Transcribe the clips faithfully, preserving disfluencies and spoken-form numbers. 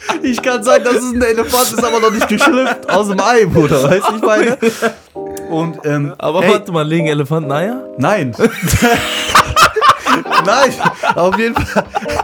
Ich kann sagen, dass es ein Elefant ist, aber noch nicht geschlüpft aus dem Ei, Bruder. Weißt du, ich meine? Und, ähm, aber ey, warte mal, legen Elefanten Eier? Nein. Nein, auf jeden Fall.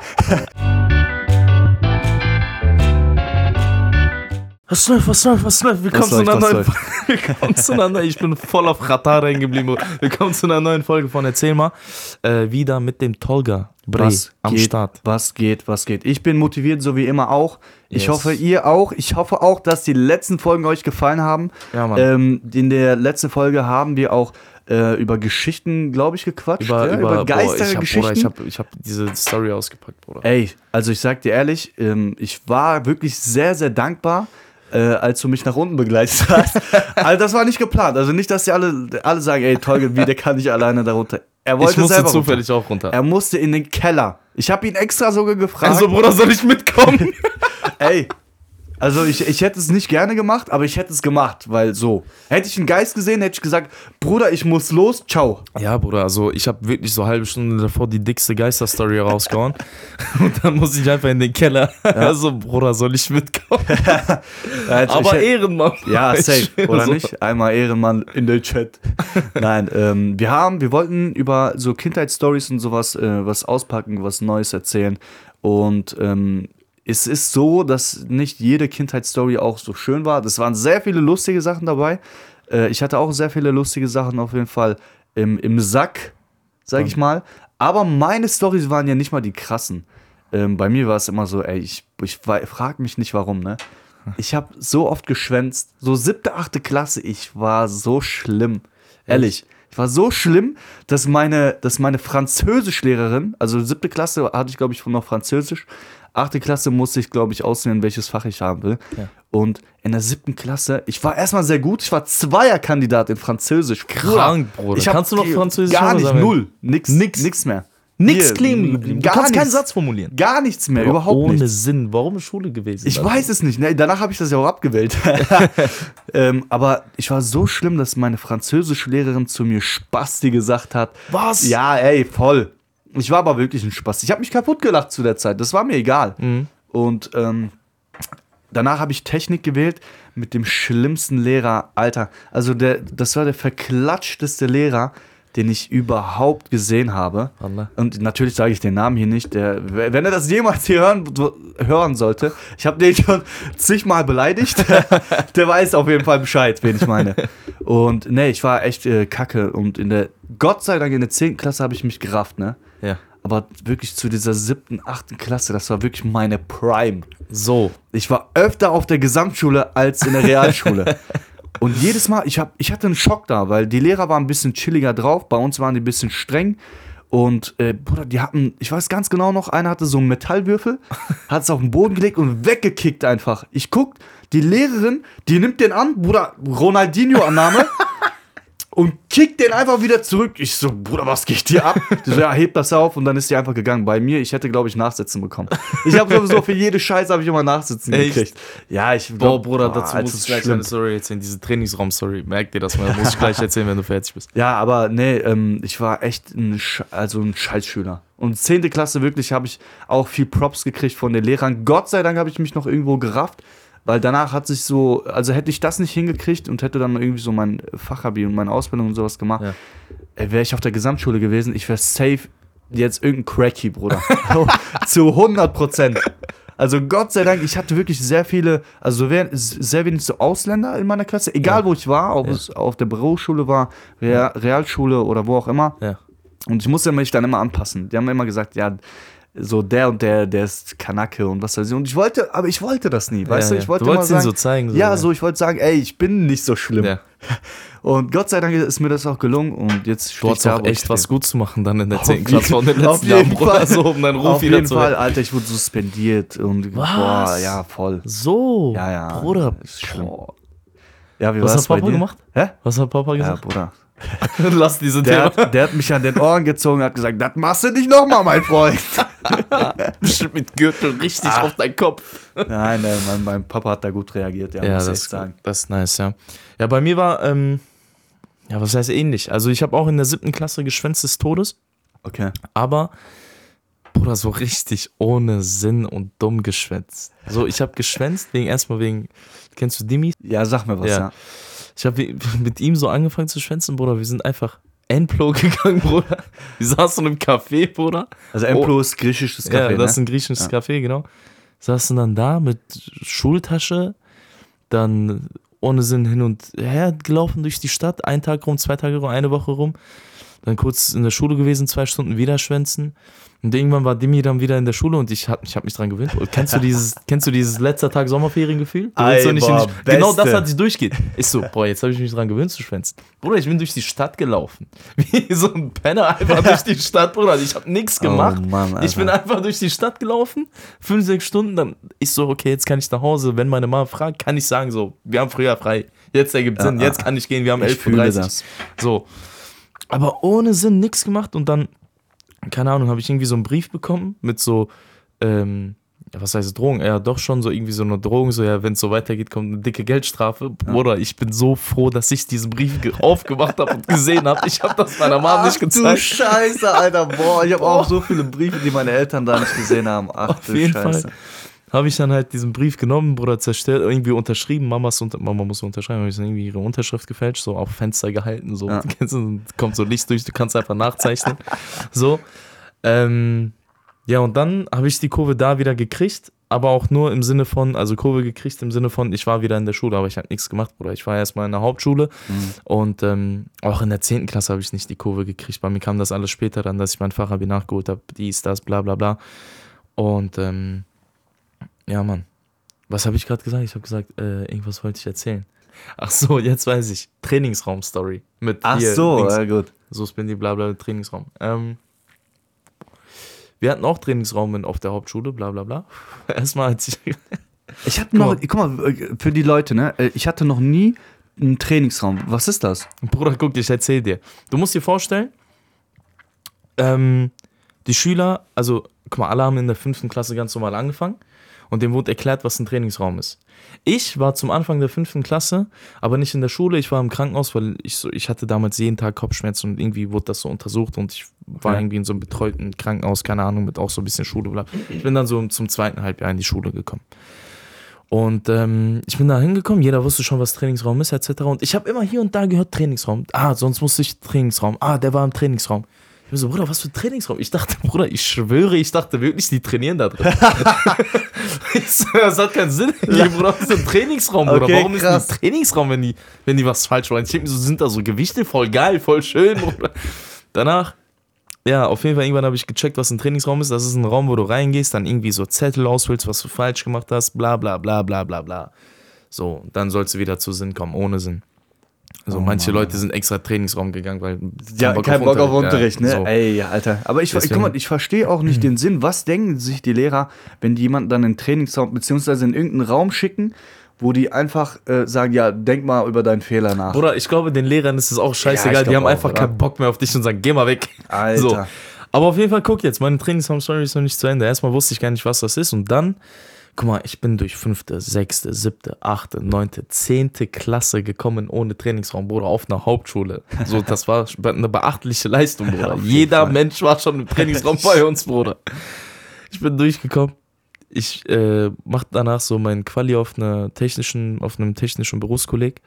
Was läuft, was läuft, was läuft? Willkommen zu einer neuen Folge. Willkommen zu einer neuen, ich bin voll auf Katar hängen geblieben. Willkommen zu einer neuen Folge von Erzähl mal. Äh, wieder mit dem Tolga Bre am geht, Start. Was geht, was geht. Ich bin motiviert, so wie immer auch. Ich Yes. hoffe, ihr auch. Ich hoffe auch, dass die letzten Folgen euch gefallen haben. Ja, Mann. Ähm, in der letzten Folge haben wir auch äh, über Geschichten, glaube ich, gequatscht. Über, ja? über, über Geistergeschichten. Bruder, ich habe ich hab diese Story ausgepackt, Bruder. Ey, also ich sag dir ehrlich, ähm, ich war wirklich sehr, sehr dankbar, Äh, als du mich nach unten begleitet hast. Also das war nicht geplant. Also nicht, dass die alle, alle sagen, ey, Tolga, wie, der kann nicht alleine da runter. Er wollte Ich musste selber zufällig runter. auch runter. Er musste in den Keller. Ich habe ihn extra sogar gefragt. Also, Bruder, soll ich mitkommen? Ey, also ich, ich hätte es nicht gerne gemacht, aber ich hätte es gemacht, weil so. Hätte ich einen Geist gesehen, hätte ich gesagt, Bruder, ich muss los, ciao. Ja, Bruder, also ich habe wirklich so eine halbe Stunde davor die dickste Geisterstory rausgehauen. Und dann muss ich einfach in den Keller. Ja. Also, Bruder, soll ich mitkommen? Also aber ich, Ehrenmann. Ja, safe, oder so. nicht? Einmal Ehrenmann in den Chat. Nein, ähm, wir haben, wir wollten über so Kindheitsstories und sowas äh, was auspacken, was Neues erzählen. Und ähm, es ist so, dass nicht jede Kindheitsstory auch so schön war. Es waren sehr viele lustige Sachen dabei. Äh, ich hatte auch sehr viele lustige Sachen auf jeden Fall im, im Sack, sag ich mal. Aber meine Storys waren ja nicht mal die krassen. Ähm, bei mir war es immer so, ey, ich, ich frag mich nicht warum, ne? Ich habe so oft geschwänzt. So siebte, achte Klasse, ich war so schlimm. Ehrlich. Ich war so schlimm, dass meine, dass meine Französischlehrerin, also siebte Klasse hatte ich, glaube ich, noch Französisch. Achte Klasse musste ich, glaube ich, auswählen, welches Fach ich haben will. Ja. Und in der siebten Klasse, ich war erstmal sehr gut. Ich war Zweierkandidat in Französisch. Krank, Bruder. Ich hab Kannst du noch Französisch? Gar nicht, sagen? null. Nix, Nix. nix mehr. Nix Hier, kleben geblieben. Du kannst keinen Satz formulieren. Gar nichts mehr, Aber überhaupt ohne nicht. Ohne Sinn. Warum ist Schule gewesen? Ich dann? weiß es nicht. Ne? Danach habe ich das ja auch abgewählt. ähm, aber ich war so schlimm, dass meine Französischlehrerin zu mir Spasti gesagt hat. Was? Ja, ey, voll. Ich war aber wirklich ein Spasti. Ich habe mich kaputt gelacht zu der Zeit. Das war mir egal. Mhm. Und ähm, danach habe ich Technik gewählt mit dem schlimmsten Lehrer. Alter, also der, das war der verklatschteste Lehrer, den ich überhaupt gesehen habe. Allah. Und natürlich sage ich den Namen hier nicht. Der, wenn er das jemals hier hören, hören sollte, ich habe den schon zigmal beleidigt, der weiß auf jeden Fall Bescheid, wen ich meine. Und nee, ich war echt äh, kacke. Und in der, Gott sei Dank in der zehnten Klasse habe ich mich gerafft, ne? Ja. Aber wirklich zu dieser siebten, achten Klasse, das war wirklich meine Prime. So. Ich war öfter auf der Gesamtschule als in der Realschule. Und jedes Mal, ich, hab, ich hatte einen Schock da, weil die Lehrer waren ein bisschen chilliger drauf, bei uns waren die ein bisschen streng. Und, äh, Bruder, die hatten, ich weiß ganz genau noch, einer hatte so einen Metallwürfel, hat es auf den Boden gelegt und weggekickt einfach. Ich guck, die Lehrerin, die nimmt den an, Bruder, Ronaldinho-Annahme, und kickt den einfach wieder zurück. Ich so, Bruder, was geht dir ab? Die so, ja, heb das auf, und dann ist die einfach gegangen. Bei mir, ich hätte, glaube ich, Nachsitzen bekommen. Ich habe sowieso für jede Scheiße habe ich immer Nachsitzen Echt? gekriegt. Ja, ich Boah, Bruder, dazu boah, muss ich gleich schlimm. eine Story erzählen. Diese Trainingsraum-Story. Merk dir das mal. Muss ich gleich erzählen, wenn du fertig bist. Ja, aber nee, ähm, ich war echt ein, Sch- also ein Scheißschüler. Und zehnte Klasse wirklich habe ich auch viel Props gekriegt von den Lehrern. Gott sei Dank habe ich mich noch irgendwo gerafft. Weil danach hat sich so, also hätte ich das nicht hingekriegt und hätte dann irgendwie so mein Fachabi und meine Ausbildung und sowas gemacht, Ja. wäre ich auf der Gesamtschule gewesen, ich wäre safe jetzt irgendein Cracky, Bruder. Zu hundert Prozent. Also Gott sei Dank, ich hatte wirklich sehr viele, also sehr wenig so Ausländer in meiner Klasse, egal ja. wo ich war, ob ja. es auf der Berufsschule war, Real, Realschule oder wo auch immer. Ja. Und ich musste mich dann immer anpassen. Die haben immer gesagt, ja, so der und der, der ist Kanake und was weiß ich. Und ich wollte, aber ich wollte das nie, weißt ja, du? Ich wollte du immer wolltest sagen, ihn so zeigen. So, ja, ja, so, ich wollte sagen, ey, ich bin nicht so schlimm. Ja. Und Gott sei Dank ist mir das auch gelungen und jetzt du hast auch da, echt was gut zu machen dann in der zehnten Klasse von den letzten Jahren, Bruder, so um deinen Ruf auf wieder jeden zu Fall, retten. Alter, ich wurde suspendiert und was? Boah, ja, voll. So? Ja, ja. Bruder, ist schlimm. Ja, wie was war's hat Papa bei dir? gemacht? Hä? Was hat Papa gesagt? Ja, Bruder. Lass diese der Thema. hat, der hat mich an den Ohren gezogen und hat gesagt, das machst du nicht nochmal, mein Freund. Bestimmt mit Gürtel richtig ah. auf deinen Kopf. Nein, nein, mein, mein Papa hat da gut reagiert, ja, ja muss das ich sagen. Das ist nice, ja. Ja, bei mir war, ähm, ja, was heißt ähnlich? Also ich habe auch in der siebten Klasse geschwänzt des Todes. Okay. Aber, Bruder, Bruder, so richtig ohne Sinn und dumm geschwänzt. So, ich habe geschwänzt, wegen erstmal wegen, kennst du Dimi? Ja, sag mir was, ja. ja. Ich habe mit ihm so angefangen zu schwänzen, Bruder, wir sind einfach Enplo gegangen, Bruder. Wir saßen im Café, Bruder. Also Enplo oh. ist griechisches Café, Ja, das ist ne? ein griechisches ja. Café, genau. Saßen dann da mit Schultasche, dann ohne Sinn hin und her gelaufen durch die Stadt, einen Tag rum, zwei Tage rum, eine Woche rum. Dann kurz in der Schule gewesen, zwei Stunden wieder schwänzen. Und irgendwann war Dimi dann wieder in der Schule und ich habe ich hab mich dran gewöhnt. Kennst du dieses, kennst du dieses letzter Tag Sommerferiengefühl? Ei, so nicht boah, nicht, genau das hat sich durchgeht. Ich so, boah, jetzt habe ich mich dran gewöhnt zu schwänzen. Bruder, ich bin durch die Stadt gelaufen. Wie so ein Penner einfach durch die Stadt, Bruder. Ich habe nichts gemacht. Oh Mann, ich bin einfach durch die Stadt gelaufen, fünf, sechs Stunden. Dann ich so, okay, jetzt kann ich nach Hause. Wenn meine Mama fragt, kann ich sagen so, wir haben früher frei. Jetzt ergibt Sinn, ja, jetzt kann ich gehen, wir haben elf Uhr dreißig. Das. So. Aber ohne Sinn, nichts gemacht und dann, keine Ahnung, habe ich irgendwie so einen Brief bekommen mit so, ähm, ja, was heißt Drohung? Ja, doch schon so irgendwie so eine Drohung, so, ja, wenn es so weitergeht, kommt eine dicke Geldstrafe. Ja. Bruder, ich bin so froh, dass ich diesen Brief ge- aufgemacht habe und gesehen habe. Ich habe das meiner Mama nicht gezeigt. Ach du Scheiße, Alter, boah, ich habe auch so viele Briefe, die meine Eltern da nicht gesehen haben. Ach Auf du jeden Scheiße. Fall habe ich dann halt diesen Brief genommen, Bruder, zerstört, irgendwie unterschrieben, Mamas unter, Mama muss unterschreiben, habe ich dann irgendwie ihre Unterschrift gefälscht, so auf Fenster gehalten, so, ja. Kommt so Licht durch, du kannst einfach nachzeichnen, so, ähm, ja, und dann habe ich die Kurve da wieder gekriegt, aber auch nur im Sinne von, also Kurve gekriegt im Sinne von, ich war wieder in der Schule, aber ich habe nichts gemacht, Bruder, ich war erstmal in der Hauptschule mhm. und ähm, auch in der zehnten Klasse habe ich nicht die Kurve gekriegt, bei mir kam das alles später dann, dass ich mein Fachabi nachgeholt habe, dies, das, bla, bla, bla, und, ähm, ja, Mann. Was habe ich gerade gesagt? Ich habe gesagt, äh, irgendwas wollte ich erzählen. Ach so, jetzt weiß ich. Trainingsraum-Story. Mit Ach hier so, links. ja gut. So Spindy, bla bla, Trainingsraum. Ähm, wir hatten auch Trainingsraum auf der Hauptschule, bla bla bla. Erstmal als ich... Ich hatte noch, guck mal, für die Leute, ne? Ich hatte noch nie einen Trainingsraum. Was ist das? Bruder, guck, ich erzähl dir. Du musst dir vorstellen, ähm, die Schüler, also, guck mal, alle haben in der fünften Klasse ganz normal angefangen. Und dem wurde erklärt, was ein Trainingsraum ist. Ich war zum Anfang der fünften Klasse, aber nicht in der Schule, ich war im Krankenhaus, weil ich so, ich hatte damals jeden Tag Kopfschmerzen und irgendwie wurde das so untersucht und ich war ja. irgendwie in so einem betreuten Krankenhaus, keine Ahnung, mit auch so ein bisschen Schule. Bla. Ich bin dann so zum zweiten Halbjahr in die Schule gekommen. Und ähm, ich bin da hingekommen, jeder wusste schon, was Trainingsraum ist, et cetera. Und ich habe immer hier und da gehört, Trainingsraum. Ah, sonst musste ich Trainingsraum. Ah, der war im Trainingsraum. Ich bin so, Bruder, was für ein Trainingsraum? Ich dachte, Bruder, ich schwöre, ich dachte wirklich, die trainieren da drin. Das hat keinen Sinn. Ja. Bruder, was ist ein Trainingsraum, Bruder? Okay, warum krass. Ist ein Trainingsraum, wenn die, wenn die was falsch machen? Ich denke mir so, sind da so Gewichte? Voll geil, voll schön, Bruder. Danach, ja, auf jeden Fall, irgendwann habe ich gecheckt, was ein Trainingsraum ist. Das ist ein Raum, wo du reingehst, dann irgendwie so Zettel ausfüllst, was du falsch gemacht hast, bla bla bla bla bla bla. So, dann sollst du wieder zu Sinn kommen, ohne Sinn. Also oh, manche Mann. Leute sind extra Trainingsraum gegangen, weil ja, Bock kein Bock auf Unterricht, ja, ne? So. Ey, Alter. Aber ich, ich, guck mal, ich verstehe auch nicht den Sinn. Was denken sich die Lehrer, wenn die jemanden dann in den Trainingsraum beziehungsweise in irgendeinen Raum schicken, wo die einfach äh, sagen, ja, denk mal über deinen Fehler nach. Bruder, ich glaube, den Lehrern ist es auch scheißegal. Ja, die haben auch, einfach oder? keinen Bock mehr auf dich und sagen, geh mal weg. Alter. So. Aber auf jeden Fall, guck jetzt, meine Trainingsraum-Story ist noch nicht zu Ende. Erstmal wusste ich gar nicht, was das ist. Und dann, guck mal, ich bin durch fünfte, sechste, siebte, achte, neunte, zehnte Klasse gekommen ohne Trainingsraum, Bruder, auf einer Hauptschule. So, das war eine beachtliche Leistung, Bruder. Ja, Jeder Fall. Mensch war schon im Trainingsraum bei uns, Bruder. Ich bin durchgekommen. Ich äh, mache danach so mein Quali auf einer technischen, auf einem technischen Berufskolleg,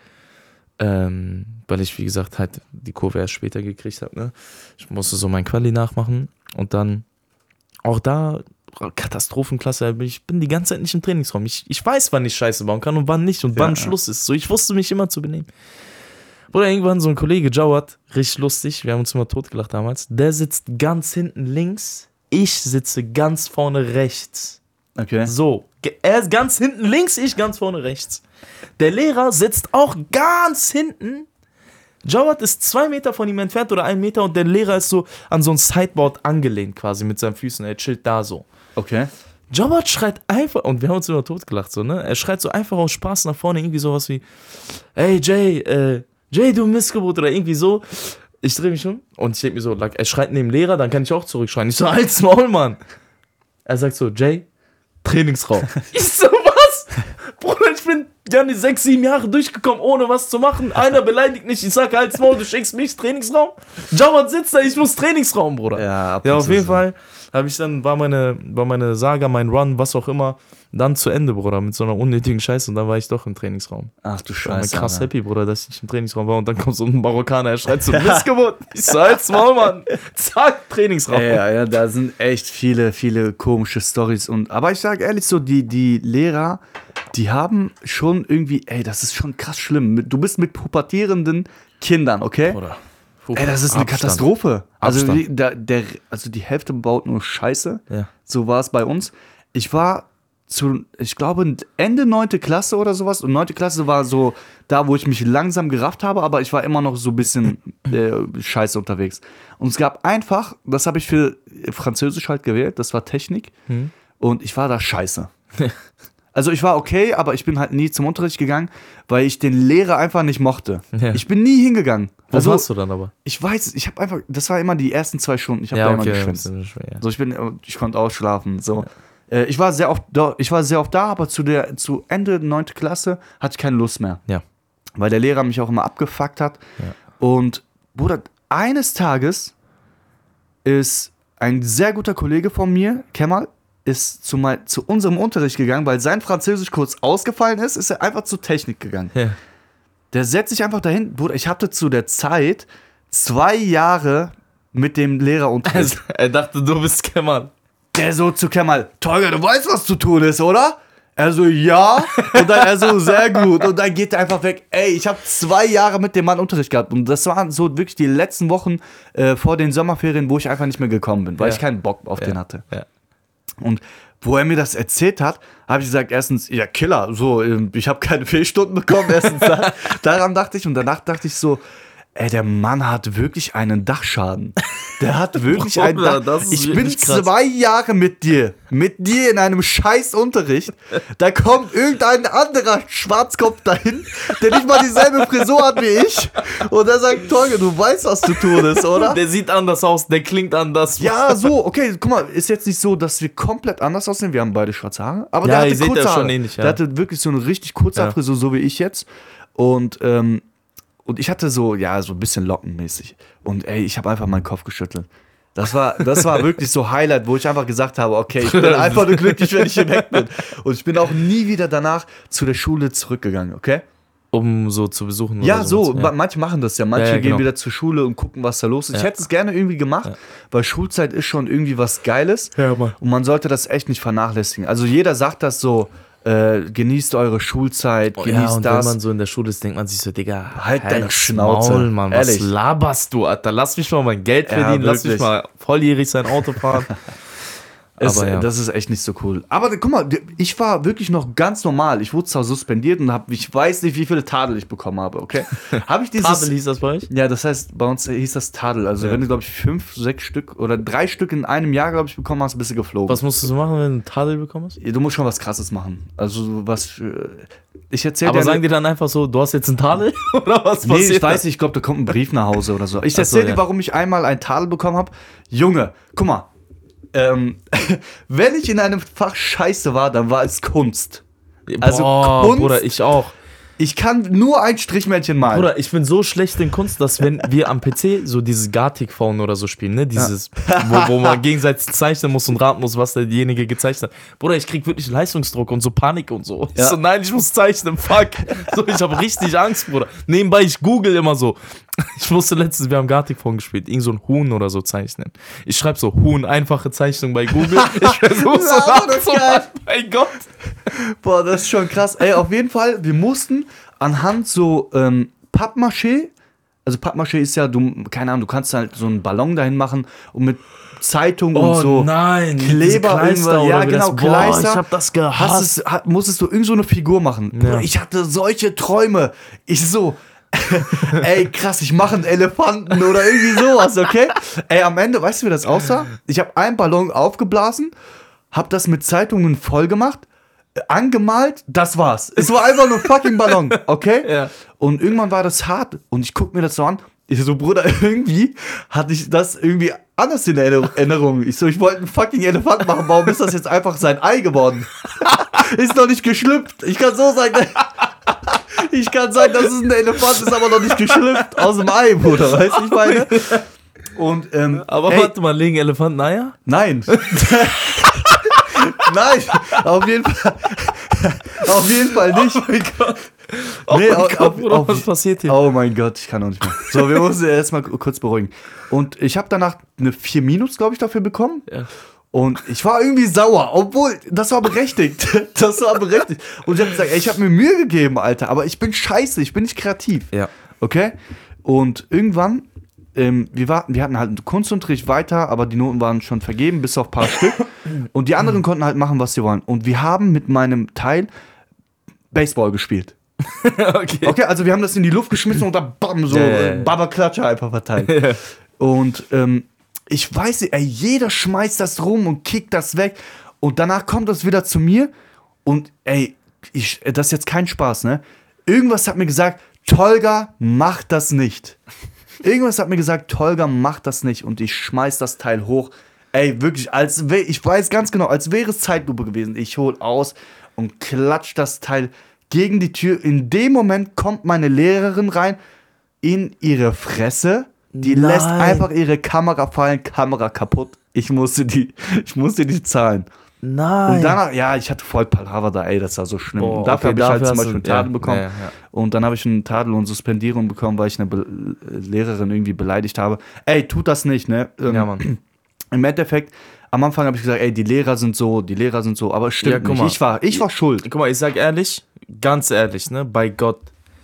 ähm, weil ich, wie gesagt, halt die Kurve erst später gekriegt habe. Ne? Ich musste so mein Quali nachmachen und dann auch da Katastrophenklasse, ich bin die ganze Zeit nicht im Trainingsraum. Ich, ich weiß, wann ich Scheiße bauen kann und wann nicht und wann ja, Schluss ist. So, ich wusste mich immer zu benehmen. Oder irgendwann so ein Kollege, Jawad, richtig lustig, wir haben uns immer totgelacht damals, der sitzt ganz hinten links, ich sitze ganz vorne rechts. Okay. So, er ist ganz hinten links, ich ganz vorne rechts. Der Lehrer sitzt auch ganz hinten. Jawad ist zwei Meter von ihm entfernt oder ein Meter und der Lehrer ist so an so ein Sideboard angelehnt quasi mit seinen Füßen. Er chillt da so. Okay. Jawad schreit einfach, und wir haben uns immer totgelacht, so, ne? Er schreit so einfach aus Spaß nach vorne, irgendwie sowas wie: Ey, Jay, äh, Jay, du Missgeburt, oder irgendwie so. Ich drehe mich um und ich denke mir so, like, er schreit neben Lehrer, dann kann ich auch zurückschreien. Ich so, halt's Maul, Mann. Er sagt so, Jay, Trainingsraum. Ich so, was? Bruder, ich bin ja die sechs, sieben Jahre durchgekommen, ohne was zu machen. Einer beleidigt mich, ich sag, halt's Maul, du schickst mich Trainingsraum. Jawad sitzt da, ich muss Trainingsraum, Bruder. Ja, ja auf jeden so. Fall habe ich dann, war meine, war meine Saga, mein Run, was auch immer, dann zu Ende, Bruder, mit so einer unnötigen Scheiße und dann war ich doch im Trainingsraum. Ach du Ich war Scheiße. krass Alter. happy, Bruder, dass ich im Trainingsraum war und dann kommt so ein Marokkaner, er schreit so, Missgeburt. Ich so, halt's Maul, Mann. Zack, Trainingsraum. Ja, ja, ja, da sind echt viele, viele komische Storys. Und, aber ich sage ehrlich so, die, die Lehrer, die haben schon irgendwie, ey, das ist schon krass schlimm. Du bist mit pubertierenden Kindern, okay? Bruder. Ey, das ist eine Abstand. Katastrophe. Also Abstand. die, der, der, also die Hälfte baut nur Scheiße. Ja. So war es bei uns. Ich war zu, ich glaube, Ende neunte Klasse oder sowas. Und neunte Klasse war so da, wo ich mich langsam gerafft habe, aber ich war immer noch so ein bisschen äh, scheiße unterwegs. Und es gab einfach, das habe ich für Französisch halt gewählt, das war Technik. Hm. Und ich war da scheiße. Also ich war okay, aber ich bin halt nie zum Unterricht gegangen, weil ich den Lehrer einfach nicht mochte. Ja. Ich bin nie hingegangen. Was Also warst du dann aber? ich weiß, ich habe einfach, das war immer die ersten zwei Stunden. Ich habe Ja, da okay, immer das geschwänzt. ist schwer, ja. So, ich bin, ich konnte ausschlafen. So, äh, ich war sehr oft, da, ich war sehr oft da, aber zu der, zu Ende neunte Klasse hatte ich keine Lust mehr, Ja. weil der Lehrer mich auch immer abgefuckt hat. Ja. Und Bruder, eines Tages ist ein sehr guter Kollege von mir, Kemal, ist zu, mein, zu unserem Unterricht gegangen, weil sein Französisch kurz ausgefallen ist, ist er einfach zur Technik gegangen. Ja. Der setzt sich einfach dahin. Bruder, ich hatte zu der Zeit zwei Jahre mit dem Lehrer unterrichtet. Also, er dachte, du bist Kemal. Der so zu Kemal, Tolga, du weißt, was zu tun ist, oder? Er so, ja. Und dann er so, sehr gut. Und dann geht er einfach weg. Ey, ich habe zwei Jahre mit dem Mann Unterricht gehabt. Und das waren so wirklich die letzten Wochen äh, vor den Sommerferien, wo ich einfach nicht mehr gekommen bin, weil Ja. ich keinen Bock auf Ja. den hatte. Ja. Und wo er mir das erzählt hat, habe ich gesagt, erstens, ja, Killer, so, ähm, ich habe keine Fehlstunden bekommen, erstens da, daran dachte ich. Und danach dachte ich so, ey, der Mann hat wirklich einen Dachschaden. Der hat wirklich Bruder, einen Dach. das ist Ich bin wirklich krass. zwei Jahre mit dir, mit dir in einem scheiß Unterricht. Da kommt irgendein anderer Schwarzkopf dahin, der nicht mal dieselbe Frisur hat wie ich. Und der sagt, Tolga, du weißt, was zu tun ist, oder? Der sieht anders aus, der klingt anders. Ja, so, okay, guck mal, ist jetzt nicht so, dass wir komplett anders aussehen. Wir haben beide schwarze Haare. Aber Ja, der ihr hatte seht kurze ja schon Haare. ähnlich, ja. Der hatte wirklich so eine richtig kurze Ja. Frisur, so wie ich jetzt. Und, ähm, und ich hatte so, ja, so ein bisschen lockenmäßig. Und ey, ich habe einfach meinen Kopf geschüttelt. Das war, das war wirklich so Highlight, wo ich einfach gesagt habe, okay, ich bin einfach nur glücklich, wenn ich hier weg bin. Und ich bin auch nie wieder danach zu der Schule zurückgegangen, okay? Um so zu besuchen. Ja, oder so, Ja. ma- manche machen das ja. Manche Ja, ja, gehen genau. wieder zur Schule und gucken, was da los ist. Ich Ja. hätte es gerne irgendwie gemacht, Ja. weil Schulzeit ist schon irgendwie was Geiles. Ja, Mann. Und man sollte das echt nicht vernachlässigen. Also jeder sagt das so, äh, genießt eure Schulzeit, Oh, ja, genießt und das. wenn man so in der Schule ist, denkt man sich so, Digga, Halt deine halt's Schnauze. Maul, Mann, was Ehrlich. laberst du, Alter? Lass mich mal mein Geld Ja, verdienen, lass mich wirklich. mal volljährig sein Auto fahren. Es, Aber ja. Das ist echt nicht so cool. Aber guck mal, ich war wirklich noch ganz normal. Ich wurde zwar suspendiert und hab, ich weiß nicht, wie viele Tadel ich bekommen habe, okay? Habe ich dieses... Tadel hieß das bei euch? Ja, das heißt, bei uns hieß das Tadel. Also Ja. wenn du, glaube ich, fünf, sechs Stück oder drei Stück in einem Jahr, glaube ich, bekommen hast, bist du geflogen. Was musstest du machen, wenn du einen Tadel bekommen hast? Du musst schon was Krasses machen. Also was... äh, Ich erzähle Aber dir... sagen die dann einfach so, du hast jetzt einen Tadel? Oder was Nee, passiert? ich weiß nicht, ich glaube, da kommt ein Brief nach Hause oder so. Ich Ach so, erzähle dir, ja. warum ich einmal einen Tadel bekommen habe. Junge, guck mal. Ähm, wenn ich in einem Fach scheiße war, dann war es Kunst. Also Boah, Kunst- Bruder, ich auch. Ich kann nur ein Strichmännchen malen. Bruder, ich bin so schlecht in Kunst, dass wenn wir am P C so dieses Gartic-Phone oder so spielen, ne, dieses, wo, wo man gegenseitig zeichnen muss und raten muss, was derjenige gezeichnet hat. Bruder, ich krieg wirklich Leistungsdruck und so Panik und so. Ich Ja. so, nein, ich muss zeichnen, fuck. So, ich habe richtig Angst, Bruder. Nebenbei, ich google immer so. Ich musste letztens, wir haben Gartic-Phone gespielt, irgend so ein Huhn oder so zeichnen. Ich schreibe so Huhn, einfache Zeichnung bei Google. Ich versuche so Ja, das ist geil. nachzumachen. Mein Gott. Boah, das ist schon krass. Ey, auf jeden Fall, wir mussten anhand so ähm, Pappmaché, also Pappmaché ist ja, du, keine Ahnung, du kannst halt so einen Ballon dahin machen und mit Zeitung und so Oh nein, diese Kleber Kleister irgendwas, ja oder wie genau, das- Boah, Kleister. ich hab das Hast gehasst. es, hat, musstest du irgend so eine Figur machen. Ja. Bruder, ich hatte solche Träume. Ich so, ey krass, ich mache einen Elefanten oder irgendwie sowas, okay? Ey, am Ende, weißt du, wie das aussah? Ich habe einen Ballon aufgeblasen, hab das mit Zeitungen voll gemacht, äh, angemalt, das war's. Es war einfach nur fucking Ballon, okay? Ja. Und irgendwann war das hart und ich guck mir das so an. Ich so, Bruder, irgendwie hatte ich das irgendwie anders in Erinner- Erinnerung. Ich so, ich wollte einen fucking Elefant machen, warum ist das jetzt einfach sein Ei geworden? Ist noch nicht geschlüpft. Ich kann so sagen, ich kann sagen, dass es ein Elefant ist, aber noch nicht geschlüpft aus dem Ei, Bruder, weißt du, ich meine? Und, ähm, Aber ey, warte mal, legen Elefanten Eier? Nein. Nein, auf jeden Fall. Auf jeden Fall nicht. Oh mein Gott. Oh Nee, mein auf- Gott, auf- Bruder, auf- was passiert hier? Oh mein Gott, ich kann auch nicht mehr. So, wir müssen erstmal kurz beruhigen. Und ich habe danach eine vier Minus, glaube ich, dafür bekommen. Ja. Und ich war irgendwie sauer, obwohl, das war berechtigt. Das war berechtigt. Und ich habe gesagt, ey, ich habe mir Mühe gegeben, Alter, aber ich bin scheiße, ich bin nicht kreativ. Ja. Okay? Und irgendwann, ähm, wir, warten, wir hatten halt einen Kunstunterricht weiter, aber die Noten waren schon vergeben, bis auf ein paar Stück. Und die anderen konnten halt machen, was sie wollen. Und wir haben mit meinem Teil Baseball gespielt. Okay. Okay, also wir haben das in die Luft geschmissen und dann bam, so Ja, ja, ja. äh, Baba-Klatscher einfach verteilt. Ja. Und ähm, ich weiß nicht, ey, jeder schmeißt das rum und kickt das weg. Und danach kommt das wieder zu mir. Und ey, ich, das ist jetzt kein Spaß, ne? Irgendwas hat mir gesagt, Tolga, mach das nicht. Irgendwas hat mir gesagt, Tolga, mach das nicht. Und ich schmeiß das Teil hoch. Ey, wirklich, als wär, ich weiß ganz genau, als wäre es Zeitlupe gewesen. Ich hol aus und klatsch das Teil gegen die Tür. In dem Moment kommt meine Lehrerin rein, in ihre Fresse. Die Nein. lässt einfach ihre Kamera fallen, Kamera kaputt. Ich musste die, ich musste die zahlen. Nein. Und danach, ja, ich hatte voll Palaver da, ey, das war so schlimm. Oh, und dafür okay, habe ich halt dafür zum hast Beispiel du- einen Tadel ja, bekommen. ja, ja. Und dann habe ich einen Tadel und Suspendierung bekommen, weil ich eine Be Lehrerin irgendwie beleidigt habe. Ey, tut das nicht, ne? Ähm, Ja, Mann. Im Endeffekt, am Anfang habe ich gesagt, ey, die Lehrer sind so, die Lehrer sind so, aber es stimmt Ja, guck nicht. mal. Ich war, ich war schuld. Guck mal, ich sag ehrlich, ganz ehrlich, ne, bei Gott,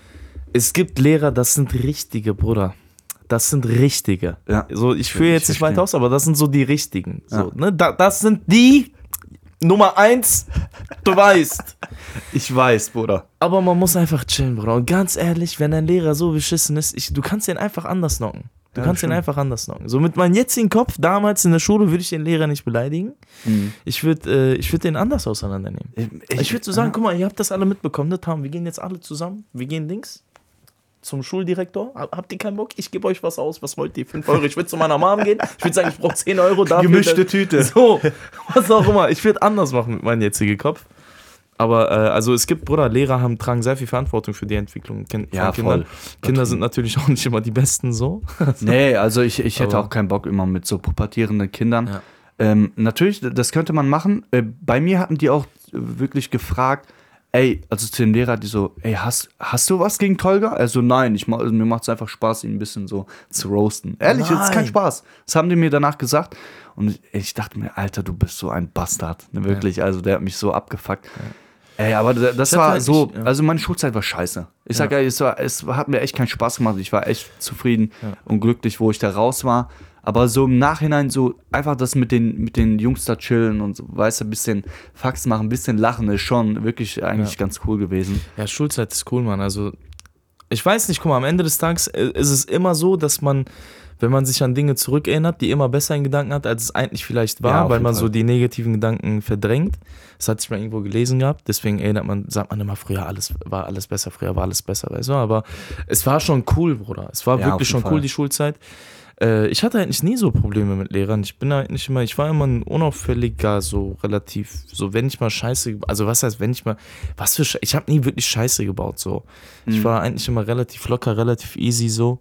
es gibt Lehrer, das sind richtige, Bruder. Das sind richtige. Ja. So, ich führe jetzt Ich nicht verstehe. weiter aus, aber das sind so die richtigen. So, Ja. ne, da, das sind die Nummer eins, du weißt. Ich weiß, Bruder. Aber man muss einfach chillen, Bruder. Und ganz ehrlich, wenn ein Lehrer so beschissen ist, ich, du kannst ihn einfach anders knocken. Du Ja, kannst ihn stimmt. einfach anders knocken. So mit meinem jetzigen Kopf, damals in der Schule, würde ich den Lehrer nicht beleidigen. Mhm. Ich würde äh, ich würd den anders auseinandernehmen. Ich, Ich, würde so sagen, guck mal, ihr habt das alle mitbekommen, ne, Tom? Wir gehen jetzt alle zusammen. Wir gehen links zum Schuldirektor. Hab- Habt ihr keinen Bock? Ich gebe euch was aus. Was wollt ihr? fünf Euro. Ich würde zu meiner Mom gehen. Ich würde sagen, ich brauche zehn Euro dafür. Gemischte Tüte. So, was auch immer. Ich würde anders machen mit meinem jetzigen Kopf. Aber äh, also es gibt, Bruder, Lehrer haben, tragen sehr viel Verantwortung für die Entwicklung von Ja, Kindern. voll. Kinder sind natürlich auch nicht immer die Besten so. Nee, also ich, ich hätte Aber- auch keinen Bock immer mit so pubertierenden Kindern. Ja. Ähm, natürlich, das könnte man machen. Äh, bei mir hatten die auch wirklich gefragt, ey, also zu dem Lehrer, die so, ey, hast, hast du was gegen Tolga? Also nein, ich, mach- also, mir macht es einfach Spaß, ihn ein bisschen so zu roasten. Ehrlich, es ist kein Nein. Spaß. Das haben die mir danach gesagt. Und ich, ich dachte mir, Alter, du bist so ein Bastard. Ne, wirklich, also der hat mich so abgefuckt. Ey, aber da- das Ich hab war halt so, nicht- ja. also meine Schulzeit war scheiße. Ich sag Ja. ja, es, war, es hat mir echt keinen Spaß gemacht. Ich war echt zufrieden Ja. und glücklich, wo ich da raus war. Aber so im Nachhinein so einfach das mit den, mit den Jungs da chillen und so, weißt du, ein bisschen Fax machen, ein bisschen lachen, ist schon wirklich eigentlich Ja. ganz cool gewesen. Ja, Schulzeit ist cool, Mann. Also, ich weiß nicht, guck mal, am Ende des Tages äh, ist es immer so, dass man, wenn man sich an Dinge zurückerinnert, die immer besser in Gedanken hat, als es eigentlich vielleicht war, Ja, auf weil jeden man Fall. so die negativen Gedanken verdrängt. Das hatte ich mal irgendwo gelesen gehabt. Deswegen erinnert man, sagt man immer, früher alles war alles besser, früher war alles besser, weißt du? Aber es war schon cool, Bruder. Es war Ja, auf wirklich jeden schon cool, Fall. die Schulzeit. Äh, ich hatte eigentlich nie so Probleme mit Lehrern. Ich bin eigentlich immer, ich war immer ein unauffälliger, so relativ, so wenn ich mal Scheiße, also was heißt, wenn ich mal, was für Scheiße, ich habe nie wirklich Scheiße gebaut, so. Ich Mhm. war eigentlich immer relativ locker, relativ easy, so.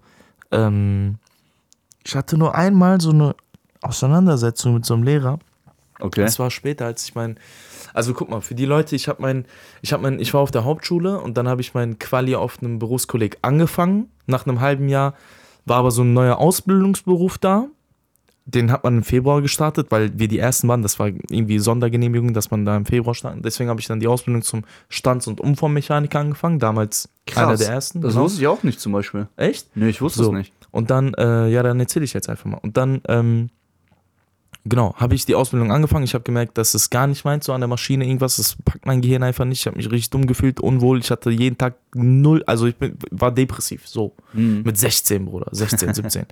Ähm, ich hatte nur einmal so eine Auseinandersetzung mit so einem Lehrer. Okay. Das war später, als ich mein, also guck mal, für die Leute, ich habe mein, ich habe mein, ich war auf der Hauptschule und dann habe ich mein Quali auf einem Berufskolleg angefangen. Nach einem halben Jahr war aber so ein neuer Ausbildungsberuf da. Den hat man im Februar gestartet, weil wir die ersten waren. Das war irgendwie Sondergenehmigung, dass man da im Februar startet. Deswegen habe ich dann die Ausbildung zum Stands- und Umformmechaniker angefangen. Damals einer der ersten. Das genau. wusste ich auch nicht zum Beispiel. Echt? Nee, ich wusste So. es nicht. Und dann, äh, ja, dann erzähle ich jetzt einfach mal. Und dann, ähm, genau, habe ich die Ausbildung angefangen. Ich habe gemerkt, dass es gar nicht meint, so an der Maschine irgendwas. Das packt mein Gehirn einfach nicht. Ich habe mich richtig dumm gefühlt, unwohl. Ich hatte jeden Tag null, also ich bin, war depressiv, so. Mhm. Mit sechzehn, Bruder, sechzehn, siebzehn.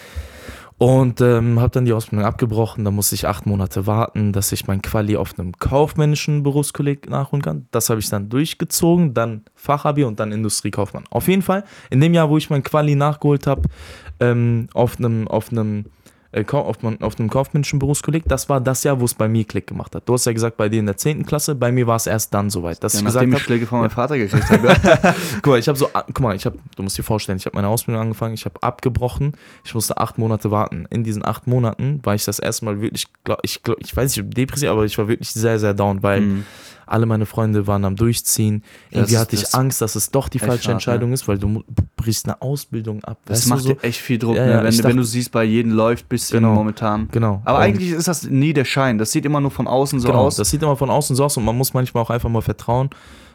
Und ähm, habe dann die Ausbildung abgebrochen. Da musste ich acht Monate warten, dass ich mein Quali auf einem kaufmännischen Berufskolleg nachholen kann. Das habe ich dann durchgezogen, dann Fachabi und dann Industriekaufmann. Auf jeden Fall, in dem Jahr, wo ich mein Quali nachgeholt habe, ähm, auf einem auf einem äh, auf, auf einem kaufmännischen Berufskolleg. Das war das Jahr, wo es bei mir Klick gemacht hat. Du hast ja gesagt, bei dir in der zehnten Klasse, bei mir war es erst dann soweit, dass Ja, ich nachdem gesagt ich Schläge von ja. meinem Vater gekriegt habe. Guck mal, ich habe so, guck mal, ich habe, du musst dir vorstellen, ich habe meine Ausbildung angefangen, ich habe abgebrochen, ich musste acht Monate warten. In diesen acht Monaten war ich das erste Mal wirklich, glaub, ich, glaub, ich weiß nicht, depressiv, aber ich war wirklich sehr, sehr down, weil mhm. alle meine Freunde waren am Durchziehen. Irgendwie das, hatte ich Angst, dass es doch die falsche hart, Entscheidung ne? ist, weil du brichst eine Ausbildung ab. Das macht so? dir echt viel Druck, ja, ne? ja, wenn, dachte, wenn du siehst, bei jedem läuft bisschen genau, momentan. Genau. Aber und eigentlich ist das nie der Schein. Das sieht immer nur von außen so genau, aus. Das sieht immer von außen so aus und man muss manchmal auch einfach mal vertrauen.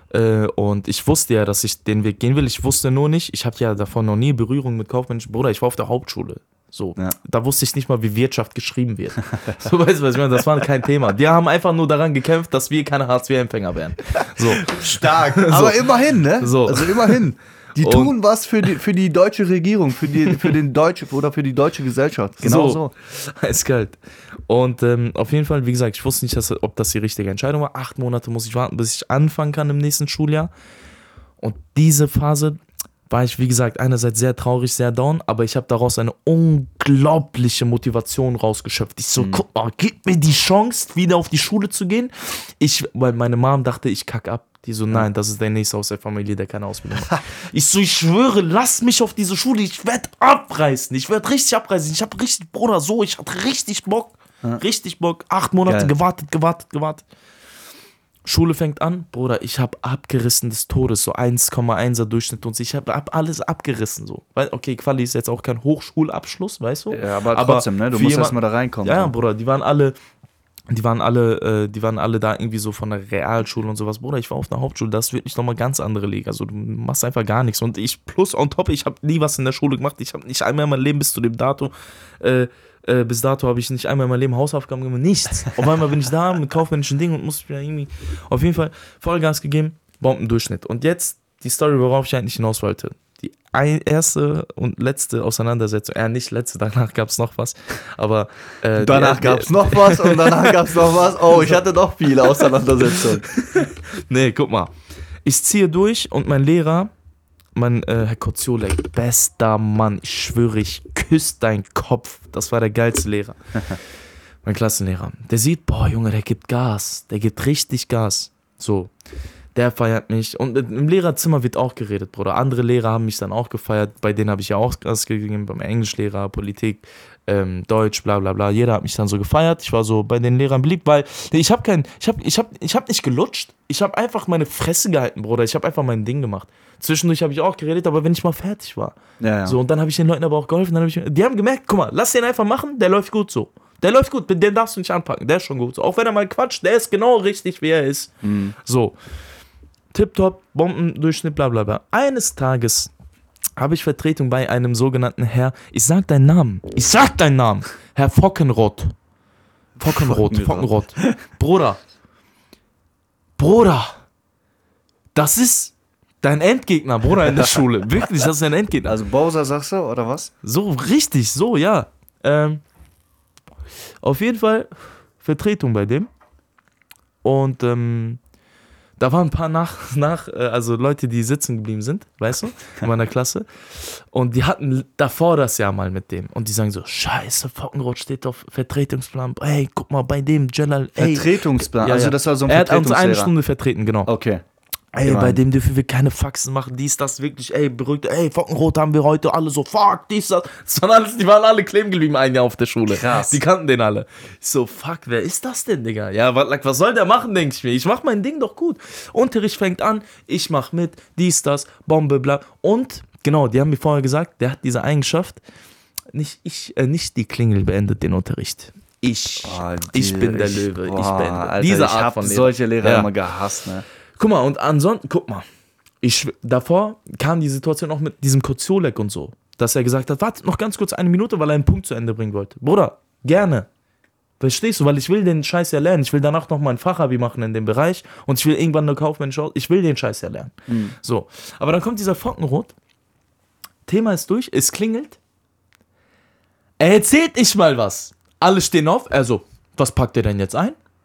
Und ich wusste ja, dass ich den Weg gehen will. Ich wusste nur nicht, ich hatte ja davon noch nie Berührung mit kaufmännischen. Bruder, ich war auf der Hauptschule. So, ja. Da wusste ich nicht mal, wie Wirtschaft geschrieben wird. So, weißt du, was ich meine? Das war kein Thema. Die haben einfach nur daran gekämpft, dass wir keine Hartz-vier-Empfänger wären. So. Stark. So. Aber immerhin, ne? So. Also immerhin. Die und tun was für die, für die deutsche Regierung, für, die, für den deutsche oder für die deutsche Gesellschaft. Genau so. so. Eiskalt. Und ähm, auf jeden Fall, wie gesagt, ich wusste nicht, dass, ob das die richtige Entscheidung war. Acht Monate muss ich warten, bis ich anfangen kann im nächsten Schuljahr. Und diese Phase war ich, wie gesagt, einerseits sehr traurig, sehr down, aber ich habe daraus eine unglaubliche Motivation rausgeschöpft. Ich so, mhm. guck mal, gib mir die Chance, wieder auf die Schule zu gehen. Ich, weil meine Mom dachte, ich kack ab. Die so, nein, das ist der Nächste aus der Familie, der keine Ausbildung hat. Ich so, ich schwöre, lass mich auf diese Schule, ich werde abreißen, ich werde richtig abreißen. Ich habe richtig, Bruder, so, ich hatte richtig Bock, ja. richtig Bock. Acht Monate Geil. gewartet, gewartet, gewartet. Schule fängt an, Bruder, ich habe abgerissen des Todes, so eins Komma eins er Durchschnitt und ich habe hab alles abgerissen, so. Weil, okay, Quali ist jetzt auch kein Hochschulabschluss, weißt du? Ja, aber trotzdem, aber ne, du musst erstmal da reinkommen. Ja, so. Bruder, die waren alle... Die waren alle, äh, die waren alle da irgendwie so von der Realschule und sowas. Bruder, ich war auf einer Hauptschule, das ist wirklich nochmal ganz andere Liga. Also du machst einfach gar nichts. Und ich plus on top, ich habe nie was in der Schule gemacht. Ich habe nicht einmal in meinem Leben bis zu dem Dato, äh, äh, bis dato habe ich nicht einmal in meinem Leben Hausaufgaben gemacht. Nichts. Auf einmal bin ich da mit kaufmännischen Dingen und muss mir irgendwie auf jeden Fall Vollgas gegeben. Bombendurchschnitt. Und jetzt die Story, worauf ich eigentlich hinaus wollte. Die erste und letzte Auseinandersetzung, äh, nicht letzte, danach gab es noch was, aber... Äh, danach gab es noch was und danach gab es noch was. Oh, ich hatte doch viele Auseinandersetzungen. Nee, guck mal. Ich ziehe durch und mein Lehrer, mein äh, Herr Koziolek, bester Mann, ich schwöre, ich küsse deinen Kopf. Das war der geilste Lehrer. Mein Klassenlehrer. Der sieht, boah, Junge, der gibt Gas. Der gibt richtig Gas. So. Der feiert mich. Und im Lehrerzimmer wird auch geredet, Bruder. Andere Lehrer haben mich dann auch gefeiert. Bei denen habe ich ja auch Gas gegeben. Beim Englischlehrer, Politik, ähm, Deutsch, bla bla bla. Jeder hat mich dann so gefeiert. Ich war so bei den Lehrern beliebt, weil ich habe kein, ich habe ich hab, ich hab nicht gelutscht. Ich habe einfach meine Fresse gehalten, Bruder. Ich habe einfach mein Ding gemacht. Zwischendurch habe ich auch geredet, aber wenn ich mal fertig war. Ja, ja. So, und dann habe ich den Leuten aber auch geholfen. Dann hab ich, die haben gemerkt, guck mal, lass den einfach machen, der läuft gut so. Der läuft gut, den darfst du nicht anpacken. Der ist schon gut so. Auch wenn er mal quatscht, der ist genau richtig, wie er ist. Mhm. So. Tipptopp, Bombendurchschnitt, bla bla bla. Eines Tages habe ich Vertretung bei einem sogenannten Herr, ich sag deinen Namen, ich sag deinen Namen, Herr Fockenroth. Fockenroth, Fockenroth. Bruder, Bruder, das ist dein Endgegner, Bruder, in der Schule. Wirklich, das ist dein Endgegner. Also Bowser sagst du, oder was? So, richtig, so, ja. Ähm, auf jeden Fall Vertretung bei dem. Und, ähm, da waren ein paar nach, nach, also Leute, die sitzen geblieben sind, weißt du, in meiner Klasse. Und die hatten davor das Jahr mal mit dem. Und die sagen so, scheiße, Fockenroth steht auf Vertretungsplan. Ey, guck mal, bei dem Jalal, ey. Vertretungsplan? Ja, also ja. das war so ein Er hat uns Vertretungslehrer. eine Stunde vertreten, genau. Okay. Ey, Gemein. Bei dem dürfen wir keine Faxen machen, dies, das, wirklich, ey, beruhigt, ey, Fockenroth haben wir heute alle so, fuck, dies, das. das waren alles, die waren alle kleben geblieben ein Jahr auf der Schule. Krass. Die kannten den alle. Ich so, fuck, wer ist das denn, Digga? Ja, was, was soll der machen, denke ich mir. Ich mach mein Ding doch gut. Unterricht fängt an, ich mach mit, dies, das, Bombe, bla. Und, genau, die haben mir vorher gesagt, der hat diese Eigenschaft, nicht ich, äh, nicht die Klingel beendet den Unterricht. Ich, oh, die, ich bin der ich, Löwe, boah, ich beende. Alter, Diese ich Art hab von Lehrer. solche Lehrer ja. immer gehasst, ne? Guck mal, und ansonsten, guck mal, ich, davor kam die Situation auch mit diesem Koziolek und so, dass er gesagt hat, warte noch ganz kurz eine Minute, weil er einen Punkt zu Ende bringen wollte. Bruder, gerne. Verstehst du? Weil ich will den Scheiß ja lernen. Ich will danach noch mal ein Fachabi machen in dem Bereich und ich will irgendwann eine kaufmännische Aus- Ich will den Scheiß ja lernen. Mhm. So, aber dann kommt dieser Fockenroth, Thema ist durch, es klingelt, er erzählt nicht mal was. Alle stehen auf, er so, was packt ihr denn jetzt ein?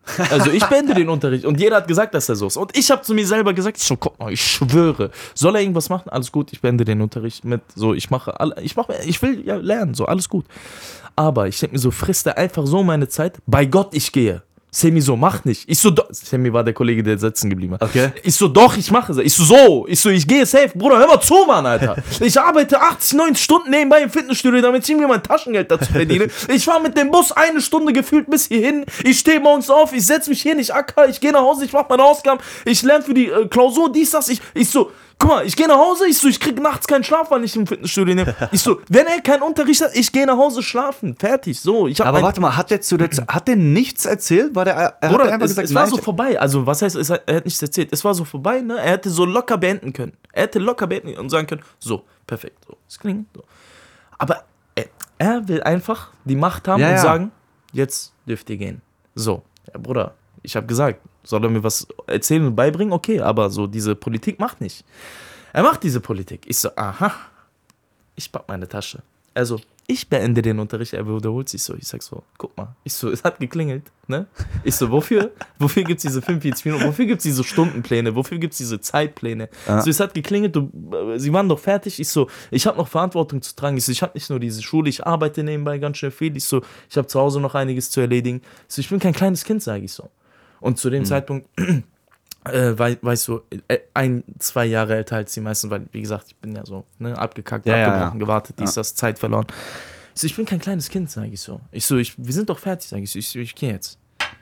Also ich beende den Unterricht. Und jeder hat gesagt, dass er so ist. Und ich habe zu mir selber gesagt, ich so, guck mal, ich schwöre, soll er irgendwas machen? Alles gut, ich beende den Unterricht mit, so, ich mache, alle, ich mache, ich will ja lernen, so, alles gut. Aber ich denke mir so, frisst er einfach so meine Zeit? Bei Gott, ich gehe. Semi so, mach nicht. Ich so, do- Semi war der Kollege, der sitzen geblieben hat. Okay. Ich so, doch, ich mache es. Ich so, so. Ich so, ich gehe safe. Bruder, hör mal zu, Mann, Alter. Ich arbeite achtzig, neunzig Stunden nebenbei im Fitnessstudio, damit ich irgendwie mein Taschengeld dazu verdiene. Ich fahre mit dem Bus eine Stunde gefühlt bis hierhin. Ich stehe morgens auf, ich setze mich hin, ich acker, ich gehe nach Hause, ich mache meine Ausgaben, ich lerne für die äh, Klausur, dies, das. Ich, ich so, guck mal, ich gehe nach Hause, ich so, ich krieg nachts keinen Schlaf, weil ich im Fitnessstudio nehme. Ich so, wenn er keinen Unterricht hat, ich gehe nach Hause schlafen. Fertig, so. Ich hab Aber mein- warte mal, hat der zu der Z- hat der nichts erzählt? War der, er hat Bruder, einfach es, gesagt, es war nein, so ich- vorbei. Also, was heißt, es hat, er hat nichts erzählt. Es war so vorbei, ne? Er hätte so locker beenden können. Er hätte locker beenden können und sagen können, so, perfekt, so, es klingt so. Aber er, er will einfach die Macht haben Ja, und ja. sagen, jetzt dürft ihr gehen. So, ja, Bruder, ich habe gesagt, soll er mir was erzählen und beibringen? Okay, aber so, diese Politik macht nicht. Er macht diese Politik. Ich so, aha, ich pack meine Tasche. Also, ich beende den Unterricht, er wiederholt sich so. Ich sag so, guck mal. Ich so, es hat geklingelt, ne? Ich so, wofür? Wofür gibt's diese fünfundvierzig Minuten? Wofür gibt's diese Stundenpläne? Wofür gibt's diese Zeitpläne? Ja. So, es hat geklingelt, du, äh, sie waren doch fertig. Ich so, ich habe noch Verantwortung zu tragen. Ich so, ich habe nicht nur diese Schule, ich arbeite nebenbei ganz schön viel. Ich so, ich habe zu Hause noch einiges zu erledigen. Ich so, ich bin kein kleines Kind, sage ich so. Und zu dem Mhm. Zeitpunkt äh, wei- weißt du, äh, ein, zwei Jahre älter als die meisten, weil, wie gesagt, ich bin ja so, ne, abgekackt, Ja, ja, abgebrochen, ja. gewartet, dies, Ja. das, Zeit verloren. Ich so, ich bin kein kleines Kind, sage ich so. Ich so, ich, wir sind doch fertig, sage ich so, ich, so, ich gehe jetzt.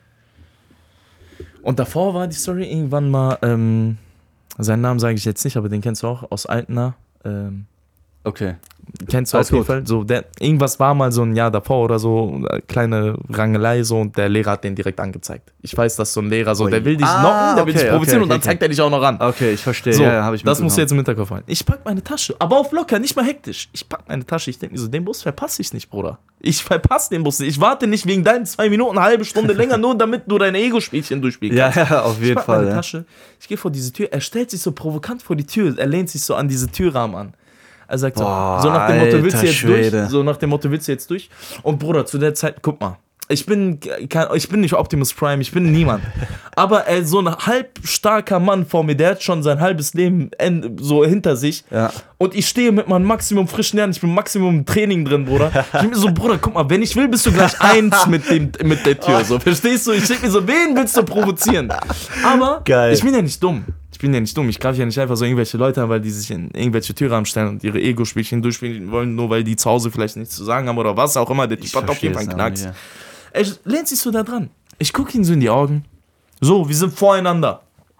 Und davor war die Story irgendwann mal, ähm, seinen Namen sage ich jetzt nicht, aber den kennst du auch, aus Altena, ähm, Okay. kennst du Alles auf jeden gut. Fall. So, der, irgendwas war mal so ein Jahr davor oder so, eine kleine Rangelei so und der Lehrer hat den direkt angezeigt. Ich weiß, dass so ein Lehrer so, Ui. der will dich Ah, knocken, der will okay, dich provozieren okay, und dann okay, zeigt er dich auch noch an. Okay, ich verstehe. So, ja, ja, hab ich das musst du mitbekommen. jetzt im Hinterkopf halten. Ich pack meine Tasche, aber auf locker, nicht mal hektisch. Ich pack meine Tasche, ich denke mir so, den Bus verpasse ich nicht, Bruder. Ich verpasse den Bus nicht. Ich warte nicht wegen deinen zwei Minuten, eine halbe Stunde länger, nur damit du deine Ego-Spielchen durchspielen Ja, kannst. ja, auf Ich jeden pack Fall. meine Ja. Tasche, ich gehe vor diese Tür, er stellt sich so provokant vor die Tür, er lehnt sich so an diese Türrahmen an. Er sagt so, Boah, so nach dem Motto, willst du alter jetzt Schwede. durch? So nach dem Motto, willst du jetzt durch? Und Bruder, zu der Zeit, guck mal, ich bin, kein, ich bin nicht Optimus Prime, ich bin niemand. Aber ey, so ein halbstarker Mann vor mir, der hat schon sein halbes Leben end, so hinter sich. Ja. Und ich stehe mit meinem Maximum frischen Lernen, ich bin Maximum im Training drin, Bruder. Ich bin mir so, Bruder, guck mal, wenn ich will, bist du gleich eins mit, dem, mit der Tür. So, verstehst du? Ich denke mir so, wen willst du provozieren? Aber Geil. ich bin ja nicht dumm. Ich bin ja nicht dumm. Ich greife ja nicht einfach so irgendwelche Leute an, weil die sich in irgendwelche Türrahmen stellen und ihre Ego-Spielchen durchspielen wollen, nur weil die zu Hause vielleicht nichts zu sagen haben oder was auch immer. Der Typ hat auf jeden Fall einen Knacks. Er lehnt sich so da dran. Ich gucke ihn so in die Augen. So, wir sind voreinander.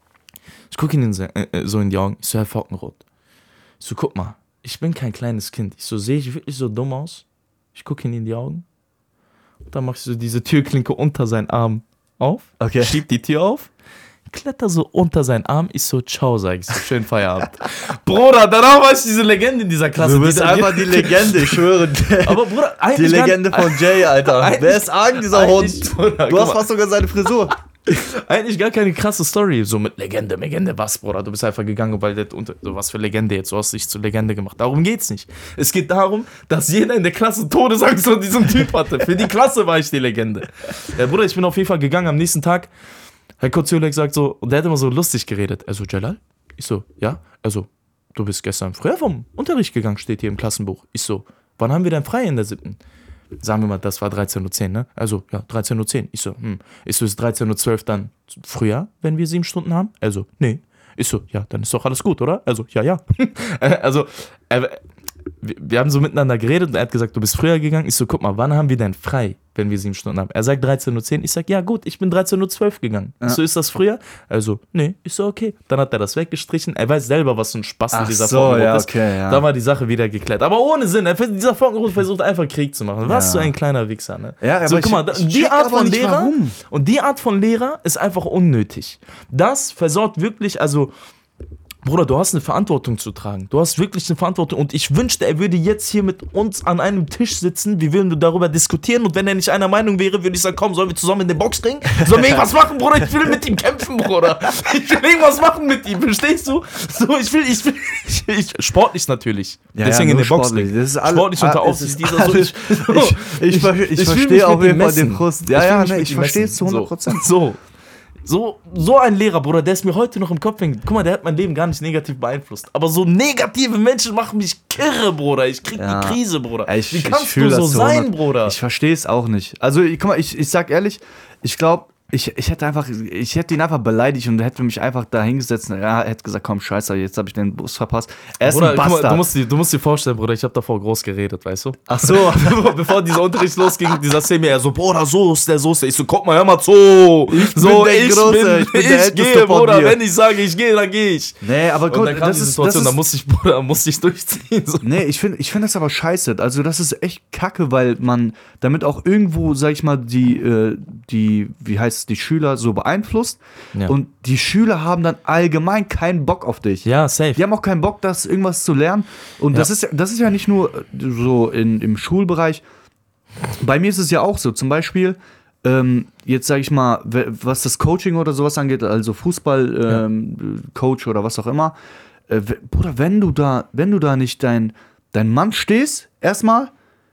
Ich gucke ihn in, se- äh, äh, so in die Augen. Ich so, Herr Fockenroth. Ich so, guck mal, ich bin kein kleines Kind. Ich so, sehe ich wirklich so dumm aus? Ich gucke ihn in die Augen. Und dann mach ich so diese Türklinke unter seinen Arm auf. Okay. Schieb die Tür auf. Kletter so unter seinen Arm. Ich so, ciao, sag ich so, schönen Feierabend. Bruder, danach war ich diese Legende in dieser Klasse. Du bist die, einfach die Legende, ich schwöre. Aber Bruder, Die eigentlich gar- Legende von Jay, Alter. Eigentlich- Wer ist Argen, dieser eigentlich- Hund? Bruder, Du guck hast mal. fast sogar seine Frisur. Eigentlich gar keine krasse Story, so mit Legende, Legende, was, Bruder? Du bist einfach gegangen, weil der unter, so was für Legende jetzt, du hast dich zur Legende gemacht. Darum geht's nicht. Es geht darum, dass jeder in der Klasse Todesangst vor diesem Typ hatte. Für die Klasse war ich die Legende. Ja, Bruder, ich bin auf jeden Fall gegangen am nächsten Tag. Herr Koziolek sagt so, und der hat immer so lustig geredet. Er so, Jalal? Ich so, ja? Also, du bist gestern früher vom Unterricht gegangen, steht hier im Klassenbuch. Ich so, wann haben wir denn frei in der siebten? Sagen wir mal, das war dreizehn Uhr zehn, ne? Also, ja, dreizehn Uhr zehn. Ich so, hm. Ich so, ist dreizehn Uhr zwölf dann früher, wenn wir sieben Stunden haben? Also, nee. Ich so, ja, dann ist doch alles gut, oder? Also, ja, ja. also, er, wir, wir haben so miteinander geredet und er hat gesagt, du bist früher gegangen. Ich so, guck mal, wann haben wir denn frei, wenn wir sieben Stunden haben? Er sagt dreizehn Uhr zehn. Ich sag, ja gut, ich bin dreizehn Uhr zwölf gegangen. Ja. Ich so, ist das früher? Also, nee. Ich so, okay. Dann hat er das weggestrichen. Er weiß selber, was so ein Spaß in Ach dieser so, Form ja, ist. okay, ja. Da war die Sache wieder geklärt. Aber ohne Sinn. Er, dieser Fockenroth versucht einfach Krieg zu machen. Was Ja. so ein kleiner Wichser, ne? Ja, aber so, ich- guck mal, ich die check Art aber von nicht, Lehrer warum. und die Art von Lehrer ist einfach unnötig. Das versorgt wirklich, also Bruder, du hast eine Verantwortung zu tragen. Du hast wirklich eine Verantwortung. Und ich wünschte, er würde jetzt hier mit uns an einem Tisch sitzen. Wir würden darüber diskutieren. Und wenn er nicht einer Meinung wäre, würde ich sagen, komm, sollen wir zusammen in den Boxring? Sollen wir irgendwas machen, Bruder? Ich will mit ihm kämpfen, Bruder. Ich will irgendwas machen mit ihm, verstehst du? So, ich will, ich will, ich, ich sportlich natürlich. Ja, Deswegen ja, in den sportlich. Boxring. Das ist alle, sportlich unter Aufsicht dieser so. Ich, so, ich, ich, ich, ich, ich verstehe auf jeden Fall den Frust. Ja, ja, ne, ich verstehe es zu hundert Prozent. So. So, so ein Lehrer, Bruder, der ist mir heute noch im Kopf hängt. Guck mal, der hat mein Leben gar nicht negativ beeinflusst. Aber so negative Menschen machen mich kirre, Bruder. Ich krieg ja. die Krise, Bruder. Ich, Wie kannst ich du so das sein, Bruder? Ich verstehe es auch nicht. Also, ich, guck mal, ich, ich sag ehrlich, ich glaube, ich, ich hätte einfach, ich hätte ihn einfach beleidigt und hätte mich einfach da hingesetzt und er hätte gesagt, komm, scheiße, jetzt habe ich den Bus verpasst. Er ist Bruder, ein Bastard. Mal, du, musst dir, du musst dir vorstellen, Bruder, ich habe davor groß geredet, weißt du? Ach so. Bevor dieser Unterricht losging, dieser Semi, er so, Bruder, so ist der, so ist der. Ich so, guck mal, hör mal zu. Ich so, bin der ich Große, bin, ich bin ich, der ich gehe, Älteste von Bruder, dir. wenn ich sage, ich gehe, dann gehe ich. Nee, aber und Gott, dann kam das die ist, Situation, das da ist, musste ich, Bruder, musste ich durchziehen. So. Nee, ich finde ich find das aber scheiße. Also das ist echt kacke, weil man damit auch irgendwo, sag ich mal, die, äh, die wie heißt es, die Schüler so beeinflusst. Ja. Und die Schüler haben dann allgemein keinen Bock auf dich. Ja, safe. Die haben auch keinen Bock, das irgendwas zu lernen. Und Ja. das ist, das ist ja nicht nur so in, im Schulbereich. Bei mir ist es ja auch so. Zum Beispiel, ähm, jetzt sage ich mal, was das Coaching oder sowas angeht, also Fußball, ähm, Coach oder was auch immer. Äh, Bruder, wenn du da, wenn du da nicht dein, dein Mann stehst, erstmal,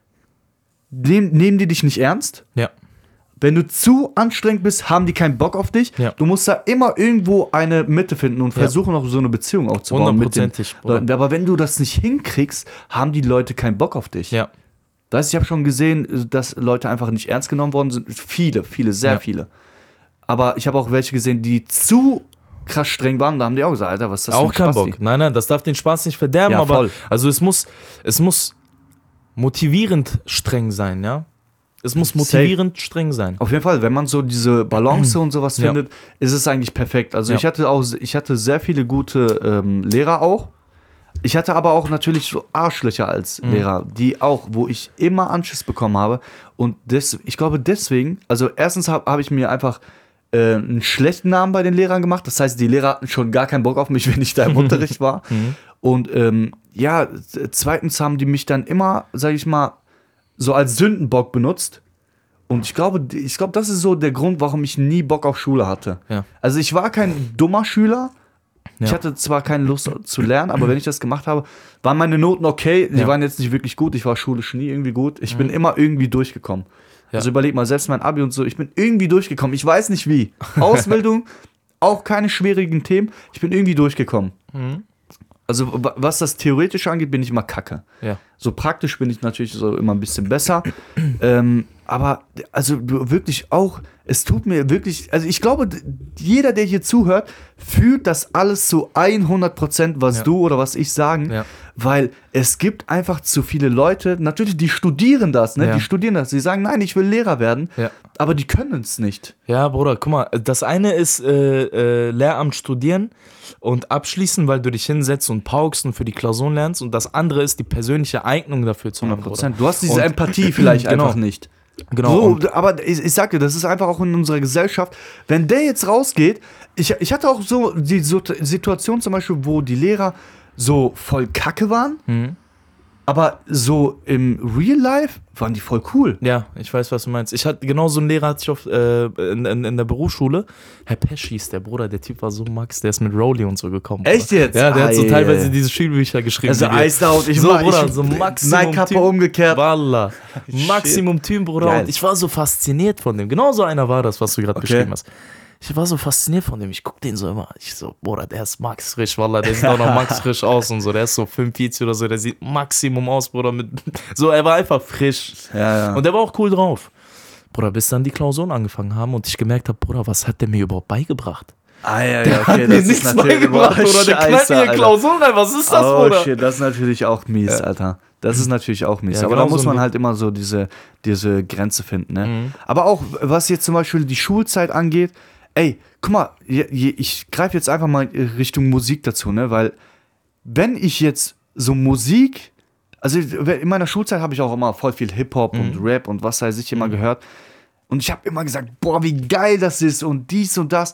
nehm, nehmen die dich nicht ernst. Ja. Wenn du zu anstrengend bist, haben die keinen Bock auf dich. Ja. Du musst da immer irgendwo eine Mitte finden und Ja. versuchen, auch so eine Beziehung aufzubauen mit den Hundertprozentig, Bruder. Leuten. Aber wenn du das nicht hinkriegst, haben die Leute keinen Bock auf dich. Ja. Das heißt, ich habe schon gesehen, dass Leute einfach nicht ernst genommen worden sind. Viele, viele, sehr Ja. viele. Aber ich habe auch welche gesehen, die zu krass streng waren. Da haben die auch gesagt, Alter, was ist das Auch für ein kein Spasti? Bock. Nein, nein, das darf den Spaß nicht verderben, Ja, aber voll. also es muss, es muss motivierend streng sein, ja? Es muss motivierend streng sein. Auf jeden Fall, wenn man so diese Balance und sowas Ja. findet, ist es eigentlich perfekt. Also Ja. ich hatte auch, ich hatte sehr viele gute ähm, Lehrer auch. Ich hatte aber auch natürlich so Arschlöcher als Mhm. Lehrer, die auch, wo ich immer Anschiss bekommen habe. Und des, ich glaube deswegen, also erstens habe hab ich mir einfach äh, einen schlechten Namen bei den Lehrern gemacht. Das heißt, die Lehrer hatten schon gar keinen Bock auf mich, wenn ich da im Unterricht war. Mhm. Und ähm, ja, zweitens haben die mich dann immer, sag ich mal, so als Sündenbock benutzt. Und ich glaube, ich glaube, das ist so der Grund, warum ich nie Bock auf Schule hatte. Ja. Also ich war kein dummer Schüler. Ich Ja. hatte zwar keine Lust zu lernen, aber wenn ich das gemacht habe, waren meine Noten okay. Die Ja. waren jetzt nicht wirklich gut. Ich war schulisch nie irgendwie gut. Ich bin immer irgendwie durchgekommen. Ja. Also überleg mal, selbst mein Abi und so, ich bin irgendwie durchgekommen. Ich weiß nicht wie. Ausbildung, auch keine schwierigen Themen. Ich bin irgendwie durchgekommen. Mhm. Also wa- was das Theoretische angeht, bin ich immer kacke. Ja. So praktisch bin ich natürlich so immer ein bisschen besser. ähm, aber also wirklich auch, es tut mir wirklich, also ich glaube, d- jeder, der hier zuhört, fühlt das alles zu hundert Prozent, was Ja. du oder was ich sagen, Ja. weil es gibt einfach zu viele Leute, natürlich, die studieren das, ne? Ja. Die studieren das, die sagen, nein, ich will Lehrer werden, Ja. aber die können es nicht. Ja, Bruder, guck mal, das eine ist äh, äh, Lehramt studieren und abschließen, weil du dich hinsetzt und paukst und für die Klausuren lernst. Und das andere ist die persönliche Eignung dafür zu haben, hundert Bruder. Prozent. Du hast diese Und- Empathie vielleicht Genau. einfach nicht. Genau. So, und, aber ich, ich sag dir, das ist einfach auch in unserer Gesellschaft. Wenn der jetzt rausgeht, ich, ich hatte auch so die so Situation zum Beispiel, wo die Lehrer so voll kacke waren, Mhm. aber so im Real Life waren die voll cool. Ja, ich weiß, was du meinst. Ich hatte genau so einen Lehrer hatte ich auf, äh, in, in, in der Berufsschule. Herr Pesch hieß der Bruder, der Typ war so Max, der ist mit Rowley und so gekommen. Echt Bruder. jetzt? Ja, der hat so Ei, teilweise ey. diese Schulbücher geschrieben. Also die wir- Iced Out, ich so, war Bruder, ich, so Maximum Nike-Kappe Typ. umgekehrt. Wallah. Maximum Typ, Bruder. Geil. Und ich war so fasziniert von dem. Genau so einer war das, was du gerade Okay. beschrieben hast. Ich war so fasziniert von dem. Ich guck den so immer. Ich so, Bruder, der ist Max Frisch, Wallah. Der sieht auch noch Max Frisch aus und so. Der ist so fünfundvierzig oder so. Der sieht Maximum aus, Bruder. Mit so, er war einfach frisch. Ja, ja. Und der war auch cool drauf. Bruder, bis dann die Klausuren angefangen haben und ich gemerkt habe, Bruder, was hat der mir überhaupt beigebracht? ah, ja, Der ja, hat okay, mir das ist nichts natürlich beigebracht, boah, Bruder. Der knallt scheiße, mir hier Alter. Klausuren rein. Was ist das, Oh Bruder? shit, das ist natürlich auch mies, Ja. Alter. Das ist natürlich auch mies. Ja, aber genau da muss so man ein- halt immer so diese, diese Grenze finden, ne? Mhm. Aber auch, was jetzt zum Beispiel die Schulzeit angeht, ey, guck mal, je- je- ich greife jetzt einfach mal Richtung Musik dazu, ne? Weil, wenn ich jetzt so Musik, also in meiner Schulzeit habe ich auch immer voll viel Hip-Hop und Mhm. Rap und was weiß ich immer gehört. Und ich habe immer gesagt, boah, wie geil das ist und dies und das.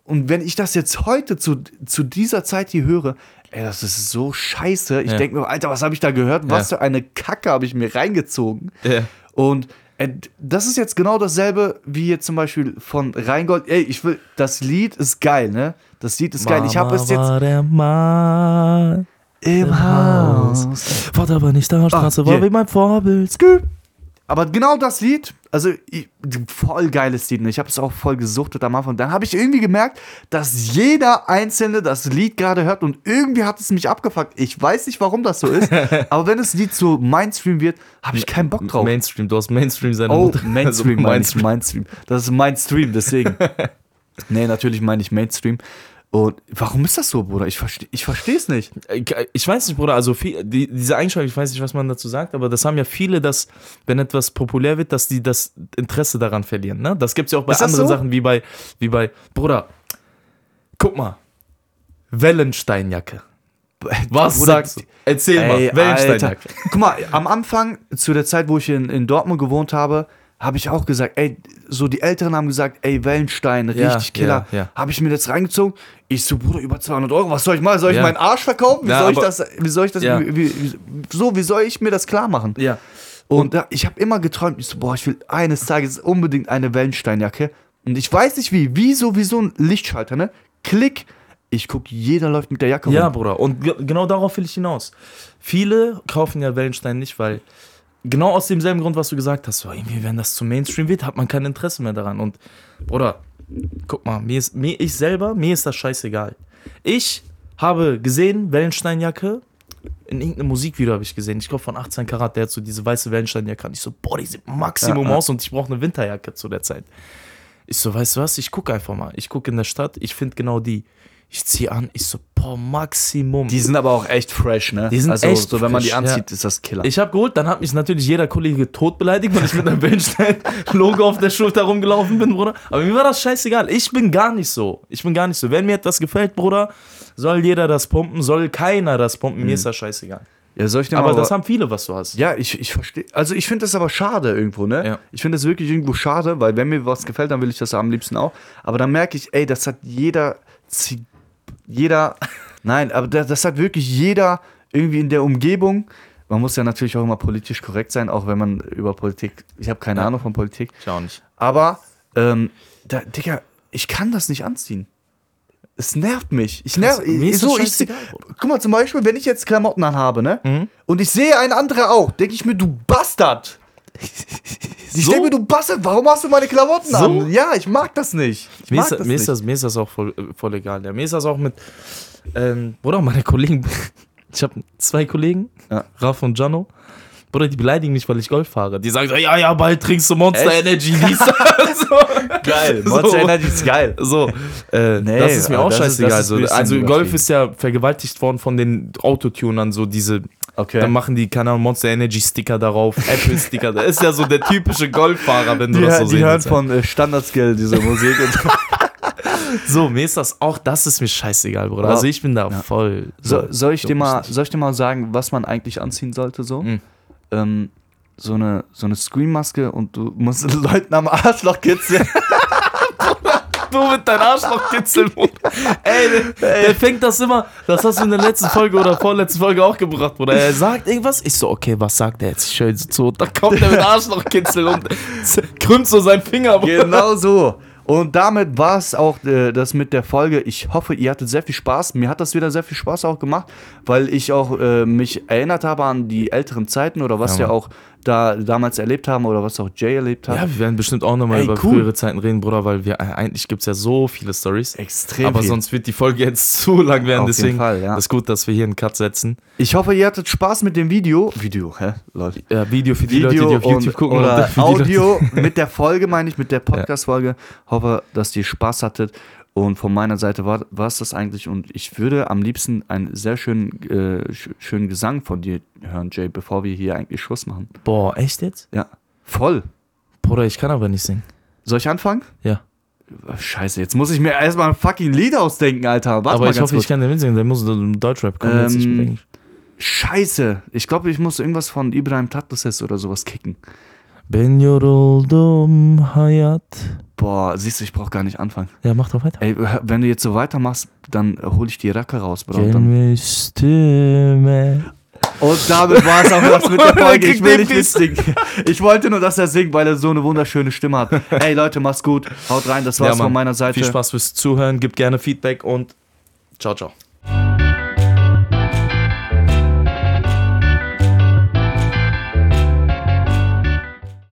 und wenn ich das jetzt heute zu, zu dieser Zeit hier höre, ey, das ist so scheiße. Ich Ja. denke mir, Alter, was habe ich da gehört? Was Ja. für eine Kacke habe ich mir reingezogen? Ja. Und äh, das ist jetzt genau dasselbe wie jetzt zum Beispiel von Rheingold. Ey, ich will, das Lied ist geil, ne? Das Lied ist geil. Ich habe es jetzt war der Mann im Haus. Fort aber nicht der Straße, Ah, war yeah. wie mein Vorbild. Aber genau das Lied, also ich, voll geiles Lied. Ne? Ich habe es auch voll gesuchtet am Anfang. Dann habe ich irgendwie gemerkt, dass jeder Einzelne das Lied gerade hört und irgendwie hat es mich abgefuckt. Ich weiß nicht, warum das so ist, aber wenn das Lied so Mainstream wird, habe ich keinen Bock drauf. Mainstream, du hast Mainstream seine Oh, Mutter. Mainstream, Also meine ich, Mainstream. Mainstream. Das ist Mainstream, deswegen. Nee, natürlich meine ich Mainstream. Und warum ist das so, Bruder? Ich verstehe ich es nicht. Ich weiß nicht, Bruder, also viel, die, diese Einstellung, ich weiß nicht, was man dazu sagt, aber das haben ja viele, dass, wenn etwas populär wird, dass die das Interesse daran verlieren. Ne? Das gibt es ja auch bei Ist das anderen so? Sachen, wie bei, wie bei, Bruder, guck mal, Wellensteinjacke. Was Bruder, sagst du? Erzähl Ey, mal, Wellensteinjacke. Alter. Guck mal, am Anfang, zu der Zeit, wo ich in, in Dortmund gewohnt habe, habe ich auch gesagt, ey, so die Älteren haben gesagt, ey, Wellenstein, Ja, richtig Killer. ja, ja. Habe ich mir das reingezogen. Ich so, Bruder, über zweihundert Euro, was soll ich machen? Soll ich Ja. meinen Arsch verkaufen? Wie Ja, soll ich aber- das, wie soll ich das, Ja. wie, wie, so, wie soll ich mir das klar machen? Ja. Und da, ich habe immer geträumt, ich so, boah, ich will eines Tages unbedingt eine Wellensteinjacke. Und ich weiß nicht wie, wie so, wie so ein Lichtschalter, ne? Klick, ich guck, jeder läuft mit der Jacke Ja, rum. Bruder, und ge genau darauf will ich hinaus. Viele kaufen ja Wellenstein nicht, weil genau aus demselben Grund, was du gesagt hast, so irgendwie, wenn das zum Mainstream wird, hat man kein Interesse mehr daran. Und, Bruder, guck mal, mir ist, mir, ich selber, mir ist das scheißegal. Ich habe gesehen, Wellensteinjacke, in irgendeinem Musikvideo habe ich gesehen, ich glaube von achtzehn Karat, der hat so diese weiße Wellensteinjacke an. Ich so, boah, die sieht Maximum Ja, ja. aus und ich brauche eine Winterjacke zu der Zeit. Ich so, weißt du was, ich gucke einfach mal. Ich gucke in der Stadt, ich finde genau die. Ich ziehe an, ich so, boah, Maximum. Die sind aber auch echt fresh, ne? Die sind also, echt so, wenn man die frisch, anzieht, ja. ist das Killer. Ich habe geholt, dann hat mich natürlich jeder Kollege tot beleidigt, weil ich mit einem Wellenstein-Logo auf der Schulter rumgelaufen bin, Bruder. Aber mir war das scheißegal. Ich bin gar nicht so. Ich bin gar nicht so. Wenn mir etwas gefällt, Bruder, soll jeder das pumpen, soll keiner das pumpen. Mhm. Mir ist das scheißegal. Ja, soll ich dir Aber mal das haben viele, was du hast. ja, ich, ich verstehe. Also ich finde das aber schade irgendwo, ne? Ja. Ich finde das wirklich irgendwo schade, weil wenn mir was gefällt, dann will ich das am liebsten auch. Aber dann merke ich, ey, das hat jeder, Zi- jeder, nein, aber das, das hat wirklich jeder irgendwie in der Umgebung. Man muss ja natürlich auch immer politisch korrekt sein, auch wenn man über Politik, ich habe keine Ja. Ahnung von Politik. Ich auch nicht. Aber, ähm, da, Digga, ich kann das nicht anziehen. Es nervt mich. Ich nerv, Krass, mir ist so, das ich, scheißegal, Bruder. guck mal, zum Beispiel, wenn ich jetzt Klamotten anhabe, ne? Mhm. Und ich sehe ein anderer auch, denke ich mir, du Bastard. Ich So? denke mir, du Bastard, warum hast du meine Klamotten So? an? Ja, ich mag das nicht. Ich Mir mag ist, das mir, nicht. ist das, mir ist das auch voll, äh, voll egal. Ja, mir ist das auch mit, ähm, Bruder, meine Kollegen, ich habe zwei Kollegen, Ja. Raf und Jano. Bruder, die beleidigen mich, weil ich Golf fahre. Die sagen so, ja, ja, bald trinkst du Monster Echt? Energy. Dies, so. geil. So. Monster Energy ist geil. So, äh, Nee, das ist mir aber auch das ist- scheißegal. das ist ein so. bisschen Also Golf übertrieben. ist ja vergewaltigt worden von den Autotunern, so diese, Okay. dann machen die, keine Ahnung, Monster Energy Sticker darauf, Apple Sticker. Das ist ja so der typische Golffahrer, wenn du die das so die sehen hören willst. von äh, Standardscale diese Musik und so. So, mir ist das auch, das ist mir scheißegal, Bruder. Also ich bin da voll. So, soll, ich so dir mal, nicht. soll ich dir mal sagen, was man eigentlich anziehen sollte? So, Mhm. ähm, so eine, so eine Scream-Maske und du musst Leuten am Arschloch kitzeln. Du mit deinem Arschloch kitzeln. Ey, der, der fängt das immer, das hast du in der letzten Folge oder vorletzten Folge auch gebracht, Bruder. Er sagt irgendwas, ich so, okay, was sagt er jetzt? Ich höre so zu. Da kommt er mit Arschloch kitzeln und krümmt so seinen Finger. Bruder. Genau so. Und damit war es auch äh, das mit der Folge. Ich hoffe, ihr hattet sehr viel Spaß. Mir hat das wieder sehr viel Spaß auch gemacht, weil ich auch äh, mich erinnert habe an die älteren Zeiten oder was Ja, wir Mann. auch da damals erlebt haben oder was auch Jay erlebt hat. Ja, wir werden bestimmt auch nochmal Ey, über cool. frühere Zeiten reden, Bruder, weil wir äh, eigentlich gibt es ja so viele Stories. Extrem Aber viel. sonst wird die Folge jetzt zu lang werden, Auf jeden deswegen Fall, ja. ist gut, dass wir hier einen Cut setzen. Ich hoffe, ihr hattet Spaß mit dem Video. Video, hä? Leute. Ja, Video für die Video Leute, die auf YouTube und, gucken. oder und für die Audio mit der Folge, meine ich, mit der Podcast-Folge. Hoffe, dass ihr Spaß hattet. Und von meiner Seite war, war es das eigentlich. Und ich würde am liebsten einen sehr schönen, äh, sch- schönen Gesang von dir hören, Jay, bevor wir hier eigentlich Schluss machen. Leute. Boah, echt jetzt? Ja, voll. Bruder, ich kann aber nicht singen. Soll ich anfangen? Ja. Scheiße, jetzt muss ich mir erstmal ein fucking Lied ausdenken, Alter. Warte aber mal ich ganz hoffe, kurz. ich kann den mitsingen. Der muss in Deutschrap kommen. jetzt, ich bin Ähm, Englisch. Scheiße. Ich glaube, ich muss irgendwas von Ibrahim Tatlises oder sowas kicken. Ben yoruldum hayat. Boah, siehst du, ich brauch gar nicht anfangen. Ja, mach doch weiter. Ey, wenn du jetzt so weitermachst, dann hol ich die Racke raus, Bro. Und, dann Gelme üstüme. und damit war es auch das mit der Folge. Ich will nicht mitsingen. Ich wollte nur, dass er singt, weil er so eine wunderschöne Stimme hat. Ey Leute, macht's gut. Haut rein, das war's Ja, Mann. von meiner Seite. Viel Spaß fürs Zuhören. Gebt gerne Feedback und ciao, ciao.